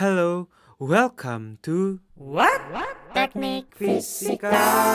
Hello, welcome to What? Teknik Fisika.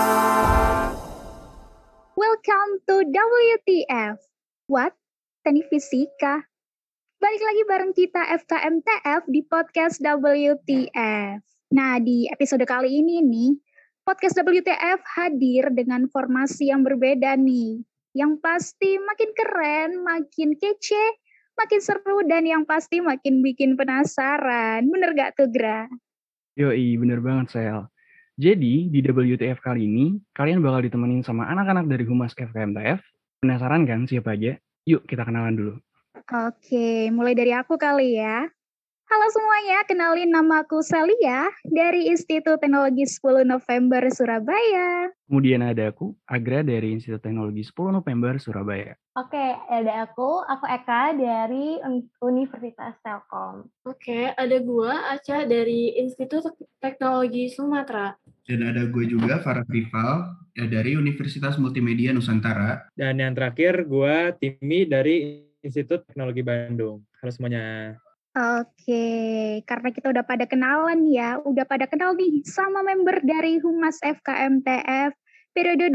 Welcome to WTF. What? Teknik Fisika. Balik lagi bareng kita FKMTF di podcast WTF. Nah, di episode kali ini nih, podcast WTF hadir dengan formasi yang berbeda nih. Yang pasti makin keren, makin kece, makin seru, dan yang pasti makin bikin penasaran. Bener gak tuh, Gra? Yoi, bener banget, Sel. Jadi, di WTF kali ini, kalian bakal ditemenin sama anak-anak dari Humas FKMTF. Penasaran kan siapa aja? Yuk, kita kenalan dulu. Oke, mulai dari aku kali ya. Halo semuanya, kenalin nama aku Celia dari Institut Teknologi 10 November Surabaya. Kemudian ada aku, Agra dari Institut Teknologi 10 November Surabaya. Oke, ada aku Eka dari Universitas Telkom. Oke, ada gua Aca dari Institut Teknologi Sumatera. Dan ada gue juga, Farah Rival, dari Universitas Multimedia Nusantara. Dan yang terakhir, gue Timi dari Institut Teknologi Bandung. Halo semuanya. Oke, karena kita udah pada kenalan ya, udah pada kenal nih sama member dari Humas FKMTF periode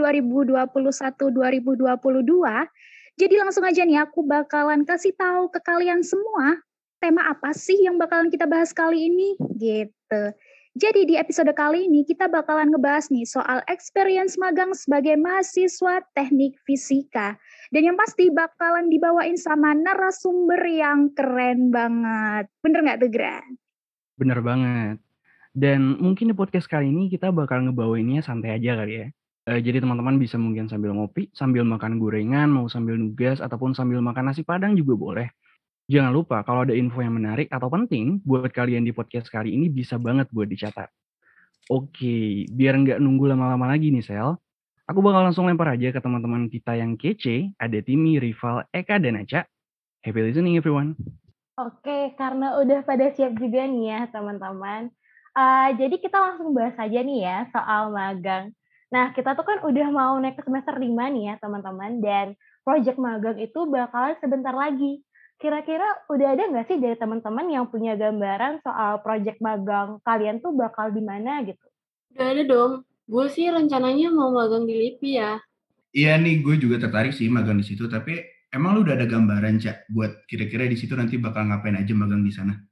2021-2022. Jadi langsung aja nih aku bakalan kasih tahu ke kalian semua tema apa sih yang bakalan kita bahas kali ini gitu. Jadi di episode kali ini kita bakalan ngebahas nih soal experience magang sebagai mahasiswa teknik fisika. Dan yang pasti bakalan dibawain sama narasumber yang keren banget. Bener nggak tuh, Gra? Bener banget. Dan mungkin di podcast kali ini kita bakal ngebawainnya santai aja kali ya. Jadi teman-teman bisa mungkin sambil ngopi, sambil makan gorengan, mau sambil nugas, ataupun sambil makan nasi padang juga boleh. Jangan lupa kalau ada info yang menarik atau penting buat kalian di podcast kali ini bisa banget buat dicatat. Oke, biar nggak nunggu lama-lama lagi nih, Sel. Aku bakal langsung lempar aja ke teman-teman kita yang kece, ada Timi, Rival, Eka, dan Aca. Happy listening everyone. Oke, karena udah pada siap juga nih ya teman-teman. Jadi kita langsung bahas aja nih ya soal magang. Nah, kita tuh kan udah mau naik ke semester 5 nih ya teman-teman. Dan project magang itu bakalan sebentar lagi. Kira-kira udah ada nggak sih dari teman-teman yang punya gambaran soal project magang kalian tuh bakal di mana gitu? Udah ada dong. Gue sih rencananya mau magang di LIPI ya. Iya nih, gue juga tertarik sih magang di situ. Tapi emang lu udah ada gambaran, Cak, buat kira-kira di situ nanti bakal ngapain aja magang di sana?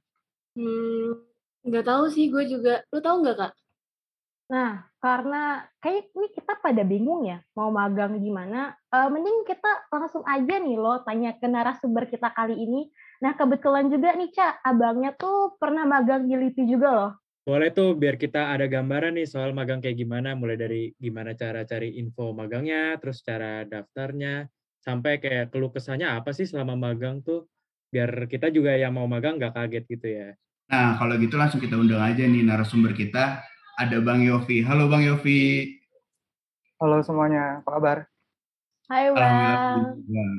Nggak tahu sih gue juga. Lu tahu nggak, Kak? Nah, karena kayak ini kita pada bingung ya mau magang di mana, mending kita langsung aja nih loh tanya ke narasumber kita kali ini. Nah, kebetulan juga nih, Ca, abangnya tuh pernah magang di LIPI juga loh. Boleh tuh biar kita ada gambaran nih soal magang kayak gimana, mulai dari gimana cara cari info magangnya, terus cara daftarnya, sampai kayak keluh kesahnya apa sih selama magang tuh, biar kita juga yang mau magang nggak kaget gitu ya. Nah, kalau gitu langsung kita undang aja nih narasumber kita. Ada Bang Yofi. Halo Bang Yofi. Halo semuanya, apa kabar? Hai, Bang.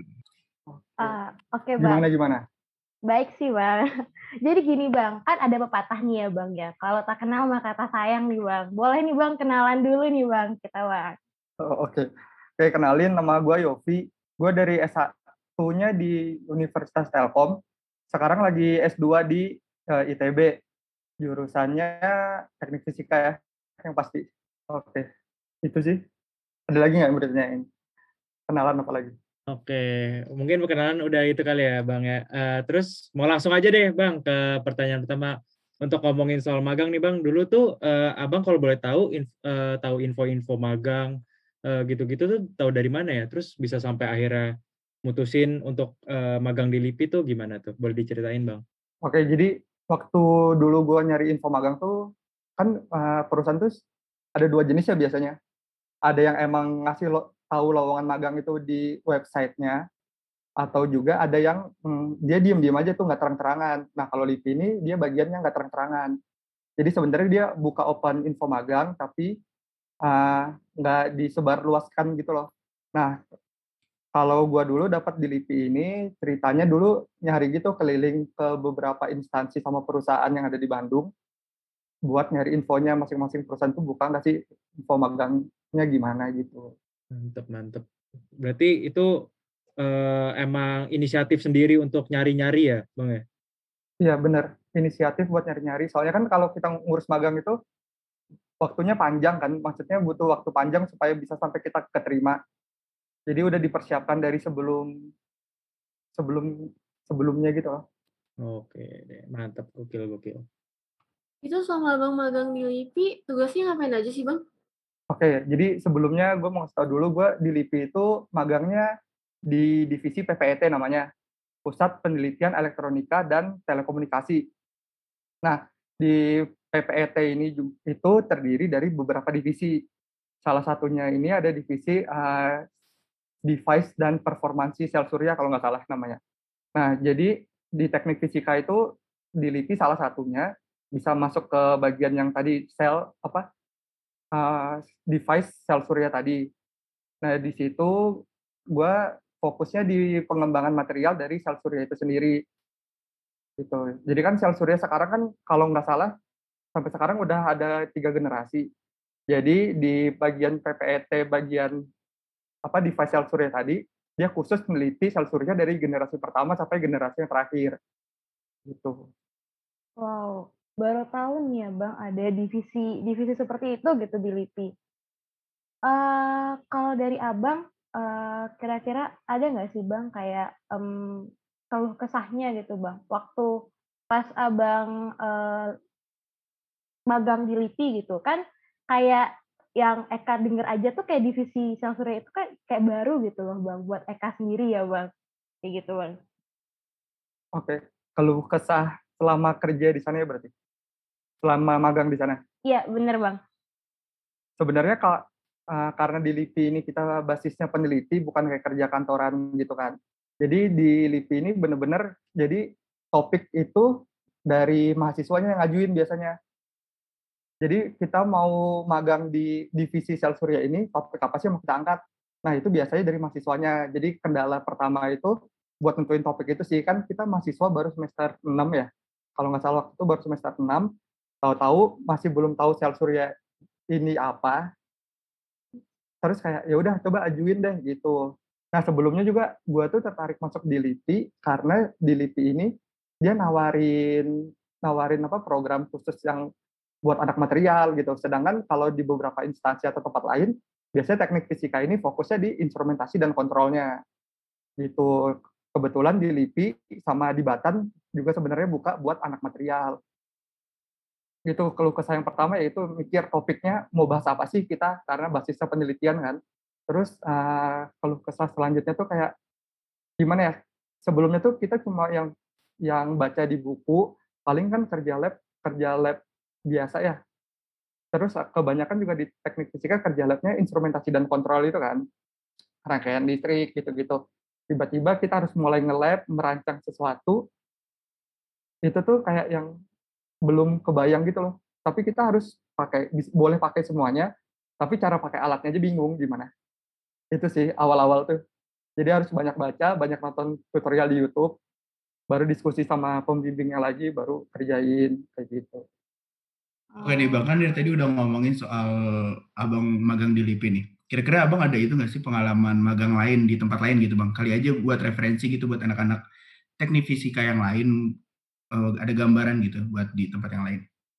Oke, Bang. Gimana? Baik sih, Bang. Jadi gini, Bang, kan ada pepatah nih ya, Bang ya. Kalau tak kenal maka tak sayang nih, Bang. Boleh nih, Bang, kenalan dulu nih, Bang, kita, Bang. Oke, kenalin nama gue Yofi. Gue dari S1-nya di Universitas Telkom. Sekarang lagi S2 di ITB. Jurusannya teknik fisika ya, yang pasti. Oke, itu sih. Ada lagi nggak yang mau ditanyain? Kenalan apa lagi? Oke, mungkin perkenalan udah itu kali ya, Bang ya. Terus mau langsung aja deh, Bang, ke pertanyaan pertama. Untuk ngomongin soal magang nih, Bang. Dulu tuh Abang kalau boleh tahu tahu info-info magang gitu-gitu tuh tahu dari mana ya? Terus bisa sampai akhirnya mutusin untuk magang di LIPI tuh gimana tuh? Boleh diceritain, Bang? Oke, jadi waktu dulu gue nyari info magang tuh, kan perusahaan tuh ada dua jenis ya biasanya. Ada yang emang ngasih tahu lowongan magang itu di websitenya, atau juga ada yang dia diem-diem aja tuh nggak terang-terangan. Nah, kalau LIPI ini dia bagiannya nggak terang-terangan. Jadi sebenarnya dia buka open info magang, tapi nggak disebarluaskan gitu loh. Nah, kalau gue dulu dapat di LIPI ini, ceritanya dulu nyari gitu keliling ke beberapa instansi sama perusahaan yang ada di Bandung, buat nyari infonya masing-masing perusahaan tuh buka nggak sih info magangnya gimana gitu. Mantep. Berarti itu emang inisiatif sendiri untuk nyari-nyari ya, Bang ya? Iya, benar. inisiatif buat nyari-nyari. Soalnya kan kalau kita ngurus magang itu waktunya panjang kan, maksudnya butuh waktu panjang supaya bisa sampai kita keterima. Jadi udah dipersiapkan dari sebelum sebelumnya gitu loh. Oke deh, mantap, gokil. Itu selama Abang magang di LIPI, tugasnya ngapain aja sih, Bang? Oke, jadi sebelumnya gue mau kasih tau dulu, gue di LIPI itu magangnya di divisi PPET namanya, Pusat Penelitian Elektronika dan Telekomunikasi. Nah, di PPET ini itu terdiri dari beberapa divisi. Salah satunya ini ada divisi Device dan Performansi Sel Surya kalau nggak salah namanya. Nah, jadi di teknik fisika itu di LIPI salah satunya bisa masuk ke bagian yang tadi device sel surya tadi. Nah, di situ gue fokusnya di pengembangan material dari sel surya itu sendiri. Gitu. Jadi kan sel surya sekarang kan kalau nggak salah sampai sekarang udah ada 3 generasi. Jadi di bagian PPET bagian device sel surya tadi, dia khusus meneliti sel surya dari generasi pertama sampai generasi yang terakhir. Gitu. Wow, baru tahu nih ya Bang, ada divisi seperti itu gitu di LIPI. Kalau dari Abang, kira-kira ada nggak sih Bang kayak, keluh kesahnya gitu Bang, waktu pas Abang, magang di LIPI gitu kan, kayak yang Eka denger aja tuh kayak divisi sel surya itu kan kayak baru gitu loh Bang, buat Eka sendiri ya Bang, kayak gitu Bang. Oke. Keluh kesah selama kerja di sana ya berarti? Selama magang di sana? Iya bener Bang. Sebenarnya karena di LIPI ini kita basisnya peneliti, bukan kayak kerja kantoran gitu kan. Jadi di LIPI ini bener-bener jadi topik itu dari mahasiswanya yang ngajuin biasanya. Jadi kita mau magang di divisi sel surya ini, topik apa sih yang mau kita angkat? Nah, itu biasanya dari mahasiswanya. Jadi kendala pertama itu buat nentuin topik itu sih, kan kita mahasiswa baru semester 6 ya. Kalau nggak salah waktu itu baru semester 6, tahu-tahu masih belum tahu sel surya ini apa, terus kayak ya udah coba ajuin deh gitu. Nah, sebelumnya juga gue tuh tertarik masuk di LIPI karena di LIPI ini dia nawarin program khusus yang buat anak material gitu. Sedangkan kalau di beberapa instansi atau tempat lain, biasanya teknik fisika ini fokusnya di instrumentasi dan kontrolnya gitu. Kebetulan di LIPI sama di Batan juga sebenarnya buka buat anak material. Itu keluh kesah yang pertama, yaitu mikir topiknya mau bahas apa sih kita, karena basisnya penelitian kan. Terus keluh kesah selanjutnya tuh kayak gimana ya, sebelumnya tuh kita cuma yang baca di buku, paling kan kerja lab biasa ya. Terus kebanyakan juga di teknik fisika kerja labnya instrumentasi dan kontrol itu kan, rangkaian listrik gitu-gitu. Tiba-tiba kita harus mulai nge-lab, merancang sesuatu, itu tuh kayak yang belum kebayang gitu loh. Tapi kita harus boleh pakai semuanya, tapi cara pakai alatnya aja bingung gimana. Itu sih awal-awal tuh. Jadi harus banyak baca, banyak nonton tutorial di YouTube, baru diskusi sama pembimbingnya lagi, baru kerjain kayak gitu. Oke nih, bahkan dari tadi udah ngomongin soal Abang magang di LIPI nih. Kira-kira Abang ada itu nggak sih pengalaman magang lain di tempat lain gitu Bang? Kali aja buat referensi gitu buat anak-anak teknik fisika yang lain, ada gambaran gitu buat di tempat yang lain.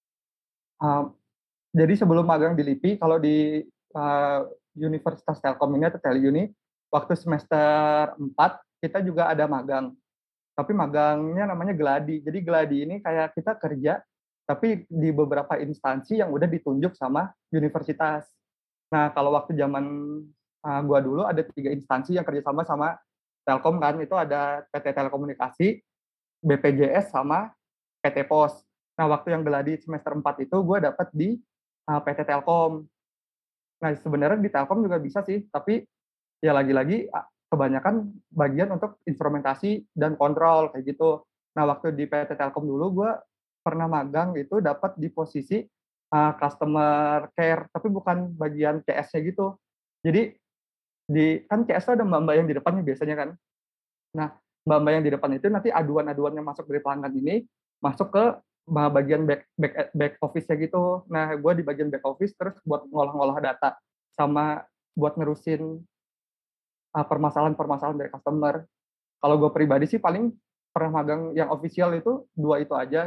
Jadi sebelum magang di LIPI, kalau di Universitas Telkom ini atau Teluni, waktu semester 4 kita juga ada magang. Tapi magangnya namanya geladi. Jadi geladi ini kayak kita kerja, tapi di beberapa instansi yang udah ditunjuk sama universitas. Nah, kalau waktu zaman gua dulu ada 3 instansi yang kerjasama sama Telkom kan, itu ada PT Telekomunikasi, BPJS, sama PT Pos. Nah, waktu yang geladi semester 4 itu gue dapat di PT Telkom. Nah, sebenarnya di Telkom juga bisa sih, tapi ya lagi-lagi kebanyakan bagian untuk instrumentasi dan kontrol kayak gitu. Nah, waktu di PT Telkom dulu gue pernah magang itu dapat di posisi customer care, tapi bukan bagian CS-nya gitu. Jadi kan CS ada mbak-mbak yang di depannya biasanya kan. Nah, mbak-mbak yang di depan itu nanti aduan-aduan yang masuk dari pelanggan ini masuk ke bagian back office-nya gitu. Nah, gue di bagian back office terus buat ngolah-ngolah data sama buat nerusin permasalahan-permasalahan dari customer. Kalau gue pribadi sih paling pernah magang yang official itu 2 itu aja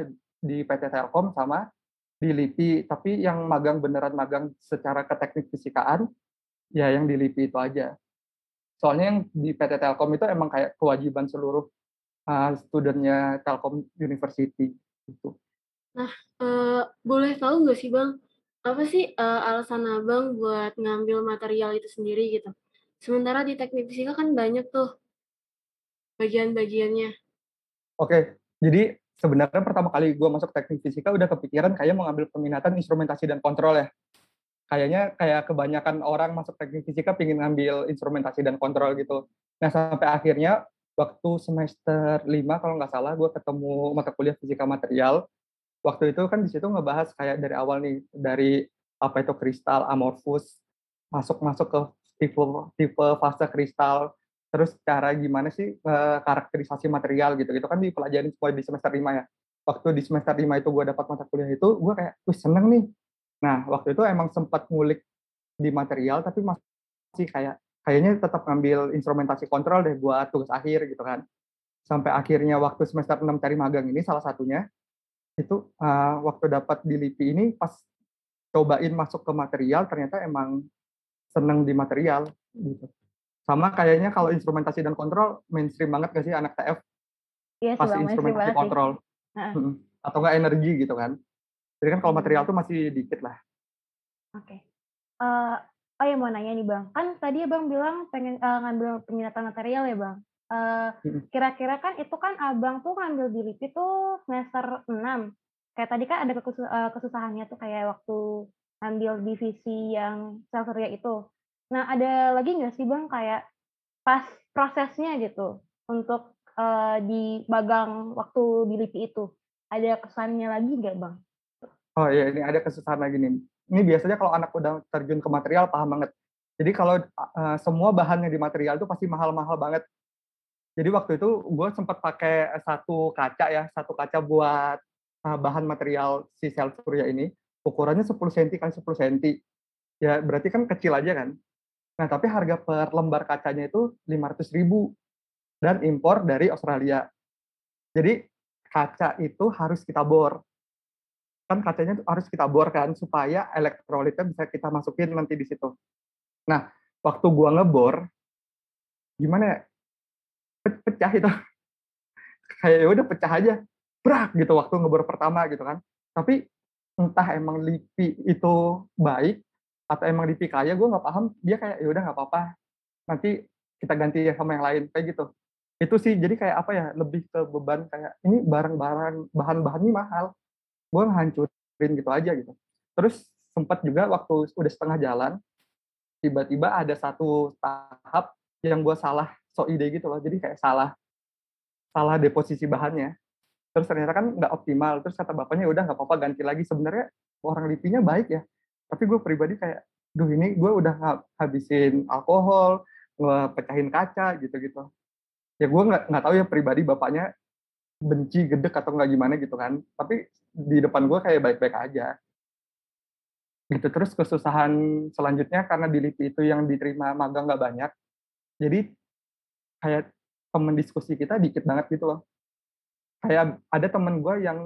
di PT Telkom sama di LIPI, tapi yang magang beneran magang secara ke teknik fisikaan, ya yang di LIPI itu aja. Soalnya yang di PT Telkom itu emang kayak kewajiban seluruh studentnya Telkom University gitu. Nah, boleh tahu nggak sih Bang, apa sih alasan Abang buat ngambil material itu sendiri gitu? Sementara di teknik fisika kan banyak tuh bagian-bagiannya. Oke, jadi sebenarnya pertama kali gue masuk teknik fisika udah kepikiran kayak mau ngambil peminatan instrumentasi dan kontrol ya. Kayaknya kayak kebanyakan orang masuk teknik fisika pengen ngambil instrumentasi dan kontrol gitu. Nah, sampai akhirnya waktu semester 5 kalau nggak salah gue ketemu mata kuliah fisika material. Waktu itu kan di situ ngebahas kayak dari awal nih, dari apa itu kristal amorfus, masuk ke tipe tipe fase kristal, terus cara gimana sih karakterisasi material gitu. Itu kan dipelajarin semua di semester 5 ya. Waktu di semester 5 itu gue dapat mata kuliah itu, gue kayak, wih seneng nih. Nah, waktu itu emang sempat ngulik di material, tapi masih kayaknya tetap ngambil instrumentasi kontrol deh buat tugas akhir gitu kan. Sampai akhirnya waktu semester 6 cari magang ini salah satunya, itu waktu dapat di LIPI ini pas cobain masuk ke material, ternyata emang seneng di material gitu. Sama kayaknya kalau instrumentasi dan kontrol mainstream banget gak sih anak TF Iya sih pasti Bang, mainstream instrumentasi banget sih. kontrol. Heeh. Atau enggak energi gitu kan. Jadi kan kalau material tuh masih dikit lah. Oke. Oh ya mau nanya nih Bang, kan tadi Abang bilang pengen ngambil peminatan material ya Bang. Kira-kira kan itu kan Abang tuh ngambil di LIPI tuh semester 6. Kayak tadi kan ada kesusahannya tuh kayak waktu ngambil divisi yang sel surya itu. Nah ada lagi nggak sih Bang kayak pas prosesnya gitu untuk di magang waktu di LIPI itu? Ada kesannya lagi nggak Bang? Oh iya, ini ada kesusahan lagi nih. Ini biasanya kalau anak udah terjun ke material paham banget. Jadi kalau semua bahannya di material itu pasti mahal-mahal banget. Jadi waktu itu gue sempat pakai satu kaca buat bahan material si sel surya ini. Ukurannya 10 cm kali 10 cm. Ya berarti kan kecil aja kan. Nah tapi harga per lembar kacanya itu 500.000 dan impor dari Australia. Jadi kaca itu harus kita bor. Kan kacanya harus kita bor kan supaya elektrolitnya bisa kita masukin nanti di situ. Nah, waktu gua ngebor, gimana ya? Pecah itu. Kayak ya udah pecah aja. Brak gitu waktu ngebor pertama gitu kan. Tapi entah emang LIPI itu baik atau emang LIPI kaya, gue nggak paham. Dia kayak ya udah nggak apa-apa. Nanti kita ganti sama yang lain kayak gitu. Itu sih jadi kayak apa ya? Lebih ke beban kayak ini barang-barang bahan-bahan ini mahal. Gue ngehancurin gitu aja gitu. Terus sempat juga waktu udah setengah jalan, tiba-tiba ada satu tahap yang gue salah so ide gitu loh. Jadi kayak salah deposisi bahannya. Terus ternyata kan nggak optimal. Terus kata bapaknya udah nggak apa-apa ganti lagi. Sebenarnya orang LIPI-nya baik ya. Tapi gue pribadi kayak, duh ini gue udah habisin alkohol, gue pecahin kaca gitu-gitu. Ya gue nggak tahu ya pribadi bapaknya benci gedek atau nggak gimana gitu kan. Tapi di depan gue kayak baik-baik aja. Gitu. Terus kesusahan selanjutnya karena di LIPI itu yang diterima magang nggak banyak. Jadi kayak temen diskusi kita dikit banget gitu loh. Kayak ada temen gue yang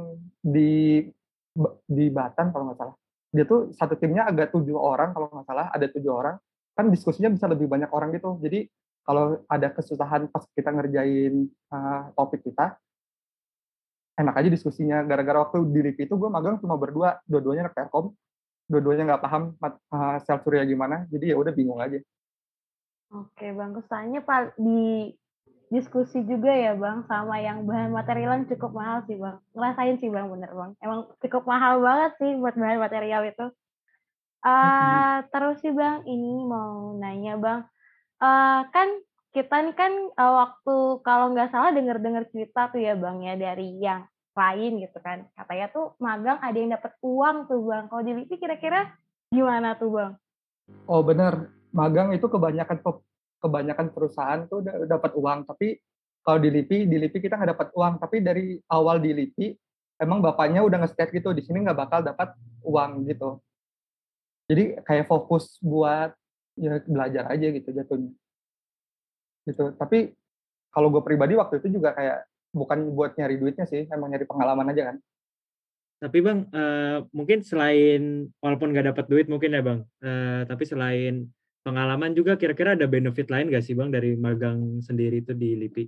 di Batam kalau nggak salah. Dia tuh satu timnya agak 7 orang kalau nggak salah, ada 7 orang. Kan diskusinya bisa lebih banyak orang gitu. Jadi kalau ada kesusahan pas kita ngerjain topik kita, enak aja diskusinya. Gara-gara waktu di LIPI itu gue magang cuma berdua, dua-duanya anak Telkom, dua-duanya nggak paham sel surya gimana, jadi ya udah bingung aja. Oke Bang, kesannya di diskusi juga ya Bang, sama yang bahan materialan cukup mahal sih Bang. Ngerasain sih Bang, bener Bang. Emang cukup mahal banget sih buat bahan material itu. Terus sih Bang, ini mau nanya Bang, kan kita nih kan waktu kalau nggak salah dengar-dengar cerita tuh ya Bang ya dari yang lain gitu kan, katanya tuh magang ada yang dapat uang tuh Bang. Kalau di LIPI kira-kira gimana tuh Bang? Oh bener, magang itu kebanyakan perusahaan tuh dapat uang, tapi kalau di LIPI kita nggak dapat uang, tapi dari awal di LIPI emang bapaknya udah nge-state gitu, di sini nggak bakal dapat uang gitu. Jadi kayak fokus buat ya belajar aja gitu jatuhnya. Gitu. Tapi kalau gue pribadi waktu itu juga kayak bukan buat nyari duitnya sih, emang nyari pengalaman aja kan. Tapi Bang, mungkin selain walaupun nggak dapat duit mungkin ya Bang, tapi selain pengalaman juga kira-kira ada benefit lain nggak sih Bang dari magang sendiri itu di LIPI?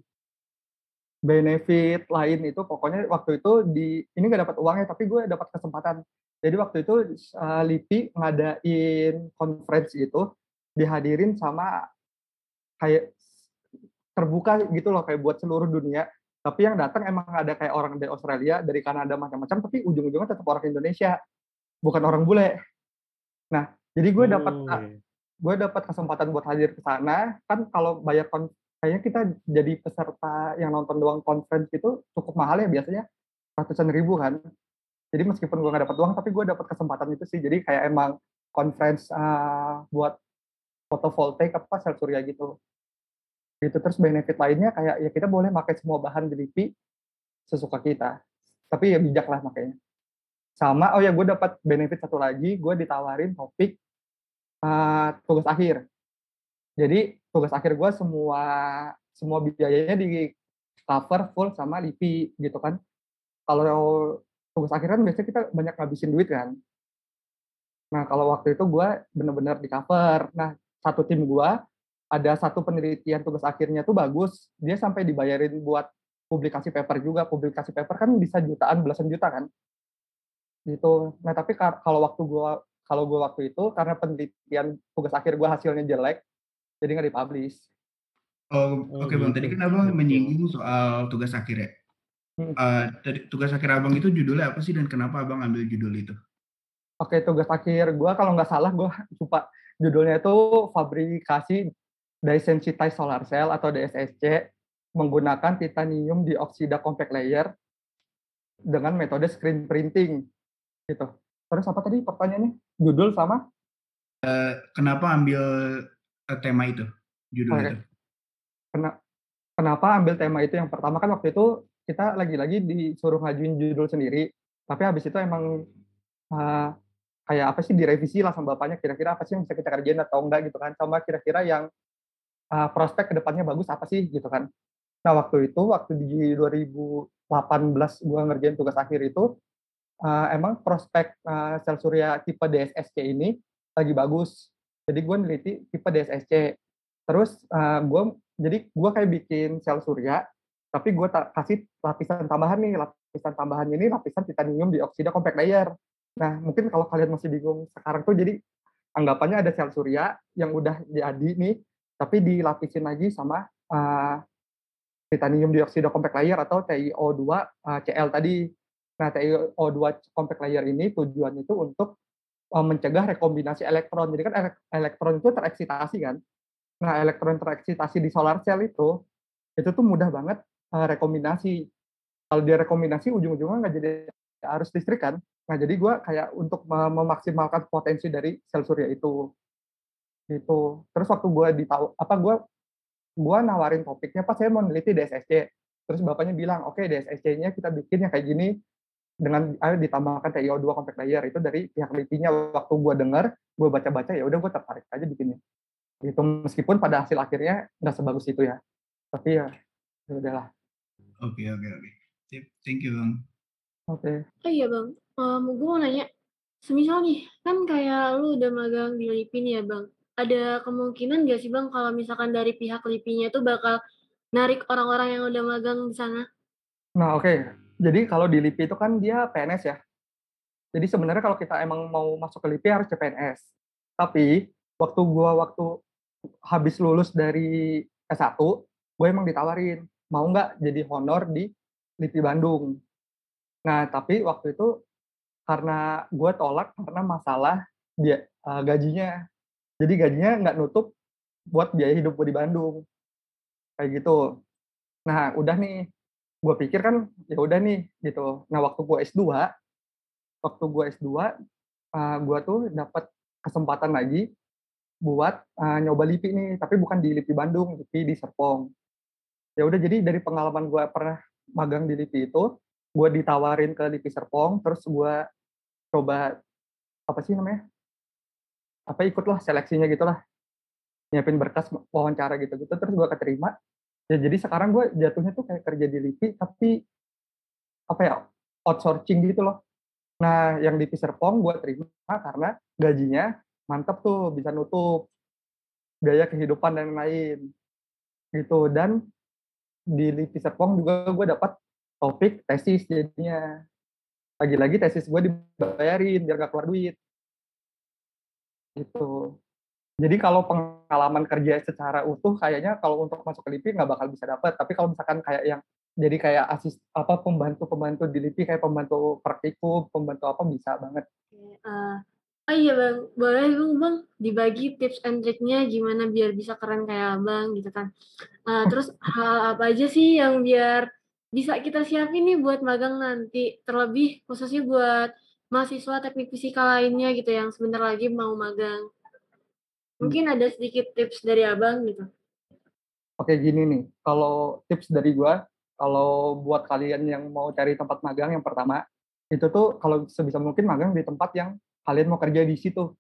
Benefit lain itu pokoknya waktu itu ini nggak dapat uangnya, tapi gue dapat kesempatan. Jadi waktu itu LIPI ngadain conference gitu, dihadirin sama kayak terbuka gitu loh, kayak buat seluruh dunia. Tapi yang datang emang ada kayak orang dari Australia, dari Kanada, macam-macam, tapi ujung-ujungnya tetap orang Indonesia, bukan orang bule. Nah, jadi Oh, iya. gue dapat kesempatan buat hadir ke sana. Kan kalau bayar kayaknya kita jadi peserta yang nonton doang conference itu cukup mahal ya biasanya, ratusan ribu kan. Jadi meskipun gue nggak dapat uang, tapi gue dapat kesempatan itu sih. Jadi kayak emang conference buat fotovoltaik apa sel surya gitu. Gitu. Terus benefit lainnya kayak ya kita boleh pakai semua bahan di LIPI sesuka kita. Tapi ya bijak lah makanya. Sama, oh ya gue dapat benefit satu lagi, gue ditawarin topik tugas akhir. Jadi tugas akhir gue semua biayanya di cover full sama LIPI gitu kan. Kalau tugas akhir kan biasanya kita banyak ngabisin duit kan. Nah kalau waktu itu gue bener-bener di cover. Nah satu tim gue ada satu penelitian tugas akhirnya tuh bagus. Dia sampai dibayarin buat publikasi paper juga. Publikasi paper kan bisa jutaan, belasan juta kan. Gitu. Nah tapi kalau gue waktu itu karena penelitian tugas akhir gue hasilnya jelek, jadi nggak dipublish. Oh, Oh oke Bang. gitu, Tadi kan Abang betul. menyinggung soal tugas akhir ya. Hmm. Tadi tugas akhir Abang itu judulnya apa sih dan kenapa Abang ambil judul itu? Oke, tugas akhir gue kalau nggak salah gue lupa judulnya itu fabrikasi desensitized solar cell atau DSSC menggunakan titanium dioksida compact layer dengan metode screen printing gitu. Terus apa tadi pertanyaannya? Judul sama? Kenapa ambil tema itu, judul Oke. itu? Kenapa ambil tema itu? Yang pertama kan waktu itu kita lagi-lagi disuruh ngajuin judul sendiri, tapi habis itu emang kayak apa sih direvisi lah sama bapaknya, kira-kira apa sih yang bisa kita kerjain atau enggak gitu kan, sama kira-kira yang prospek kedepannya bagus apa sih gitu kan. Nah waktu di 2018 gue ngerjain tugas akhir itu, emang prospek sel surya tipe DSSC ini lagi bagus. Jadi gue neliti tipe DSSC. Terus gue kayak bikin sel surya, tapi gue kasih lapisan tambahan nih. Lapisan tambahannya ini lapisan titanium dioksida compact layer. Nah mungkin kalau kalian masih bingung sekarang tuh, jadi anggapannya ada sel surya yang udah jadi nih, tapi dilapisin lagi sama titanium dioksida compact layer atau TiO2 Cl tadi. Nah, TiO2 compact layer ini tujuannya itu untuk mencegah rekombinasi elektron. Jadi kan elektron itu tereksitasi kan. Nah, elektron tereksitasi di solar cell itu tuh mudah banget rekombinasi. Kalau dia rekombinasi ujung-ujungnya nggak jadi arus listrik kan. Nah, jadi gue kayak untuk memaksimalkan potensi dari sel surya itu. Gitu. Terus waktu gue nawarin topiknya pas saya mau neliti DSSC. Terus bapaknya bilang, oke DSSC-nya kita bikin yang kayak gini dengan ditambahkan TiO2 compact layer. Itu dari pihak LIPI-nya. Waktu gue dengar, gue baca-baca, ya udah gue tertarik aja bikinnya. Gitu. Meskipun pada hasil akhirnya nggak sebagus itu ya. Tapi ya udahlah. Oke. Thank you Bang. Oke. Oh iya Bang, gue mau nanya, semisal nih, kan kayak lu udah magang di LIPI nih ya Bang, ada kemungkinan nggak sih Bang kalau misalkan dari pihak LIPI-nya tuh bakal narik orang-orang yang udah magang di sana? Nah oke. Jadi kalau di LIPI itu kan dia PNS ya. Jadi sebenarnya kalau kita emang mau masuk ke LIPI harus CPNS. Tapi waktu habis lulus dari S1, gue emang ditawarin, mau nggak jadi honor di LIPI Bandung. Nah, tapi waktu itu karena gue tolak karena masalah gajinya. Jadi gajinya nggak nutup buat biaya hidup gue di Bandung. Kayak gitu. Nah, udah nih, gue pikir kan ya udah nih gitu. Nah, waktu gue S2, gue tuh dapat kesempatan lagi buat nyoba LIPI nih, tapi bukan di LIPI Bandung, LIPI di Serpong. Ya udah, jadi dari pengalaman gue pernah magang di LIPI itu, gue ditawarin ke LIPI Serpong, terus gue coba apa sih namanya? Ikutlah seleksinya gitulah, nyiapin berkas wawancara gitu-gitu, terus gue keterima. Ya jadi sekarang gue jatuhnya tuh kayak kerja di LIPI, tapi apa ya, outsourcing gitu loh. Nah, yang di Serpong gue terima karena gajinya mantep tuh, bisa nutup biaya kehidupan dan lain gitu. Dan di LIPI Serpong juga gue dapat topik tesis jadinya. Lagi-lagi tesis gue dibayarin biar gak keluar duit gitu. Jadi kalau pengalaman kerja secara utuh kayaknya kalau untuk masuk ke LIPI nggak bakal bisa dapat. Tapi kalau misalkan kayak yang jadi kayak pembantu di LIPI kayak pembantu praktikum, pembantu apa bisa banget. Oh iya Bang, boleh Bang dibagi tips and triknya gimana biar bisa keren kayak Abang gitu kan. Terus hal apa aja sih yang biar bisa kita siapin nih buat magang nanti, terlebih khususnya buat mahasiswa teknik fisika lainnya gitu yang sebentar lagi mau magang. Mungkin ada sedikit tips dari Abang gitu. Oke gini nih, kalau tips dari gua, kalau buat kalian yang mau cari tempat magang yang pertama, itu tuh kalau sebisa mungkin magang di tempat yang kalian mau kerja di situ.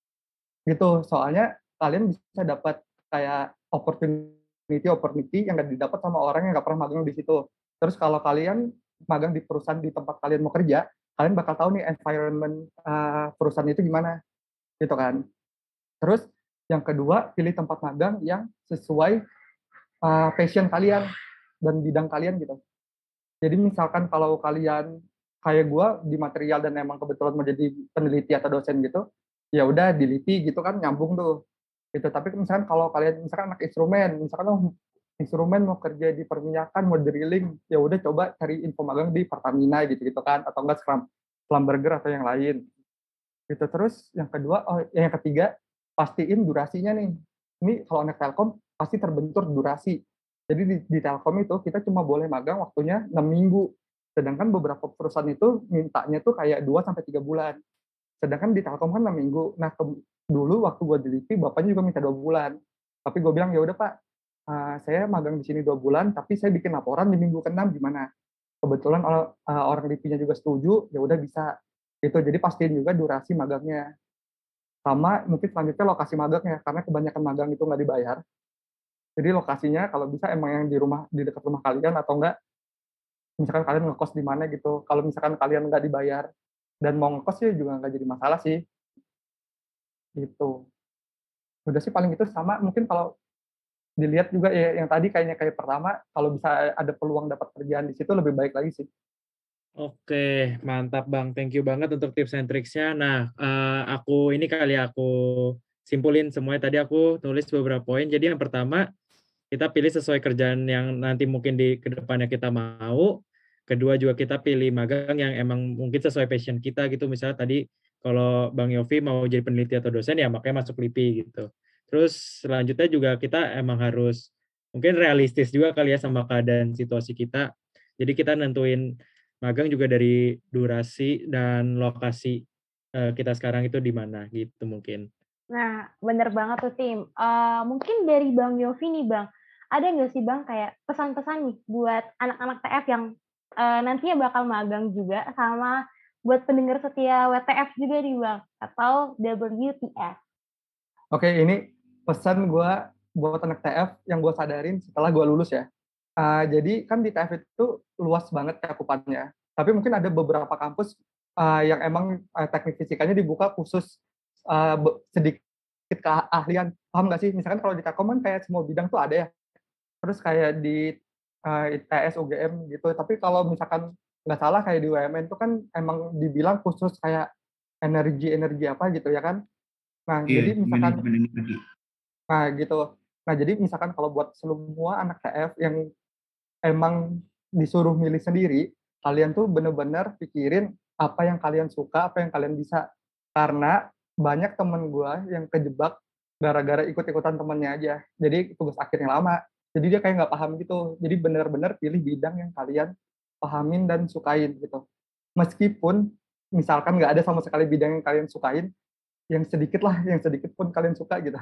Gitu, soalnya kalian bisa dapat kayak opportunity yang nggak didapat sama orang yang nggak pernah magang di situ. Terus kalau kalian magang di perusahaan di tempat kalian mau kerja, kalian bakal tahu nih environment perusahaan itu gimana, gitu kan. Terus yang kedua, pilih tempat magang yang sesuai passion kalian dan bidang kalian gitu. Jadi misalkan kalau kalian kayak gue di material dan emang kebetulan mau jadi peneliti atau dosen gitu, ya udah di LIPI gitu kan nyambung tuh. Gitu. Tapi misalkan kalau kalian misalkan anak instrumen, misalkan instrumen mau kerja di perminyakan, mau drilling, ya udah coba cari info magang di Pertamina gitu kan, atau enggak Schlumberger atau yang lain. Gitu. Terus yang kedua, yang ketiga, pastiin durasinya nih. Ini kalau anak Telkom pasti terbentur durasi. Jadi di Telkom itu kita cuma boleh magang waktunya 6 minggu. Sedangkan beberapa perusahaan itu mintanya tuh kayak 2 sampai 3 bulan. Sedangkan di Telkom kan 6 minggu. Nah, dulu waktu gue di LIPI, bapaknya juga minta 2 bulan. Tapi gue bilang, ya udah Pak, saya magang di sini 2 bulan, tapi saya bikin laporan di minggu ke-6 gimana? Kebetulan orang LIPI-nya juga setuju, ya udah bisa. Itu jadi pastiin juga durasi magangnya. Sama mungkin selanjutnya lokasi magangnya, karena kebanyakan magang itu nggak dibayar. Jadi lokasinya kalau bisa emang yang di dekat rumah kalian atau enggak, misalkan kalian ngekos di mana gitu. Kalau misalkan kalian nggak dibayar dan mau ngekos ya juga nggak jadi masalah sih. Gitu. Udah sih paling itu sama mungkin kalau dilihat juga ya yang tadi kayaknya kayak pertama kalau bisa ada peluang dapat kerjaan di situ lebih baik lagi sih. Oke, mantap Bang. Thank you banget untuk tips and tricks-nya. Nah, aku simpulin semuanya. Tadi aku tulis beberapa poin. Jadi yang pertama, kita pilih sesuai kerjaan yang nanti mungkin di kedepannya kita mau. Kedua juga kita pilih magang yang emang mungkin sesuai passion kita gitu. Misalnya tadi kalau Bang Yofi mau jadi peneliti atau dosen ya makanya masuk LIPI gitu. Terus selanjutnya juga kita emang harus mungkin realistis juga kali ya sama keadaan situasi kita. Jadi kita nentuin magang juga dari durasi dan lokasi kita sekarang itu di mana gitu mungkin. Nah, bener banget tuh Tim. Mungkin dari Bang Yofi nih Bang, ada nggak sih Bang kayak pesan-pesan nih buat anak-anak TF yang nantinya bakal magang juga sama buat pendengar setia WTF juga nih Bang atau WTF? Oke, ini pesan gue buat anak TF yang gue sadarin setelah gue lulus ya. Jadi kan di TF itu luas banget cakupannya. Tapi mungkin ada beberapa kampus yang emang teknik fisikanya dibuka khusus sedikit keahlian. Paham nggak sih? Misalkan kalau di Telkom kan kayak semua bidang tuh ada ya. Terus kayak di ITS, UGM gitu. Tapi kalau misalkan nggak salah kayak di UMN itu kan emang dibilang khusus kayak energi apa gitu ya kan. Nah, Iya, jadi misalkan manajemen energi. nah gitu. Nah, jadi misalkan kalau buat semua anak TF yang emang disuruh milih sendiri, kalian tuh bener-bener pikirin apa yang kalian suka, apa yang kalian bisa. Karena banyak temen gue yang kejebak gara-gara ikut-ikutan temennya aja. Jadi tugas akhirnya lama. Jadi dia kayak nggak paham gitu. Jadi bener-bener pilih bidang yang kalian pahamin dan sukain gitu. Meskipun misalkan nggak ada sama sekali bidang yang kalian sukain, yang sedikit lah, yang sedikit pun kalian suka gitu.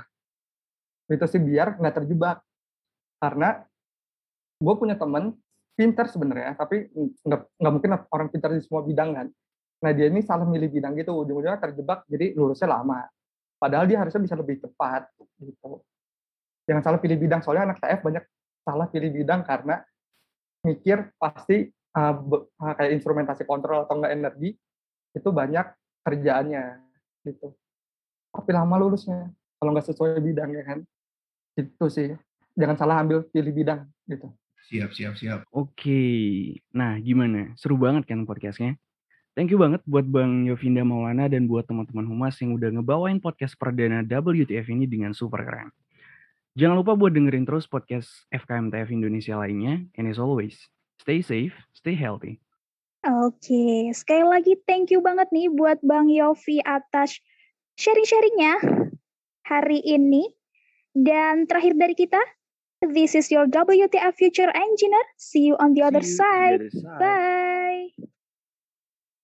Itu sih biar nggak terjebak. Karena gue punya temen pintar sebenarnya, tapi nggak mungkin orang pintar di semua bidang kan. Nah dia ini salah milih bidang gitu, ujung-ujungnya terjebak, jadi lulusnya lama. Padahal dia harusnya bisa lebih cepat gitu. Jangan salah pilih bidang, soalnya anak TF banyak salah pilih bidang karena mikir pasti kayak instrumentasi kontrol atau enggak energi, itu banyak kerjaannya gitu. Tapi lama lulusnya kalau nggak sesuai bidang ya kan. Itu sih. Jangan salah pilih bidang gitu. Siap. Oke. Nah, gimana? Seru banget kan podcastnya? Thank you banget buat Bang Yovinda Maulana dan buat teman-teman Humas yang udah ngebawain podcast perdana WTF ini dengan super keren. Jangan lupa buat dengerin terus podcast FKMTF Indonesia lainnya. And as always, stay safe, stay healthy. Oke, sekali lagi thank you banget nih buat Bang Yofi atas sharing-sharingnya hari ini. Dan terakhir dari kita, this is your WTF Future Engineer. See you on the other side. Bye.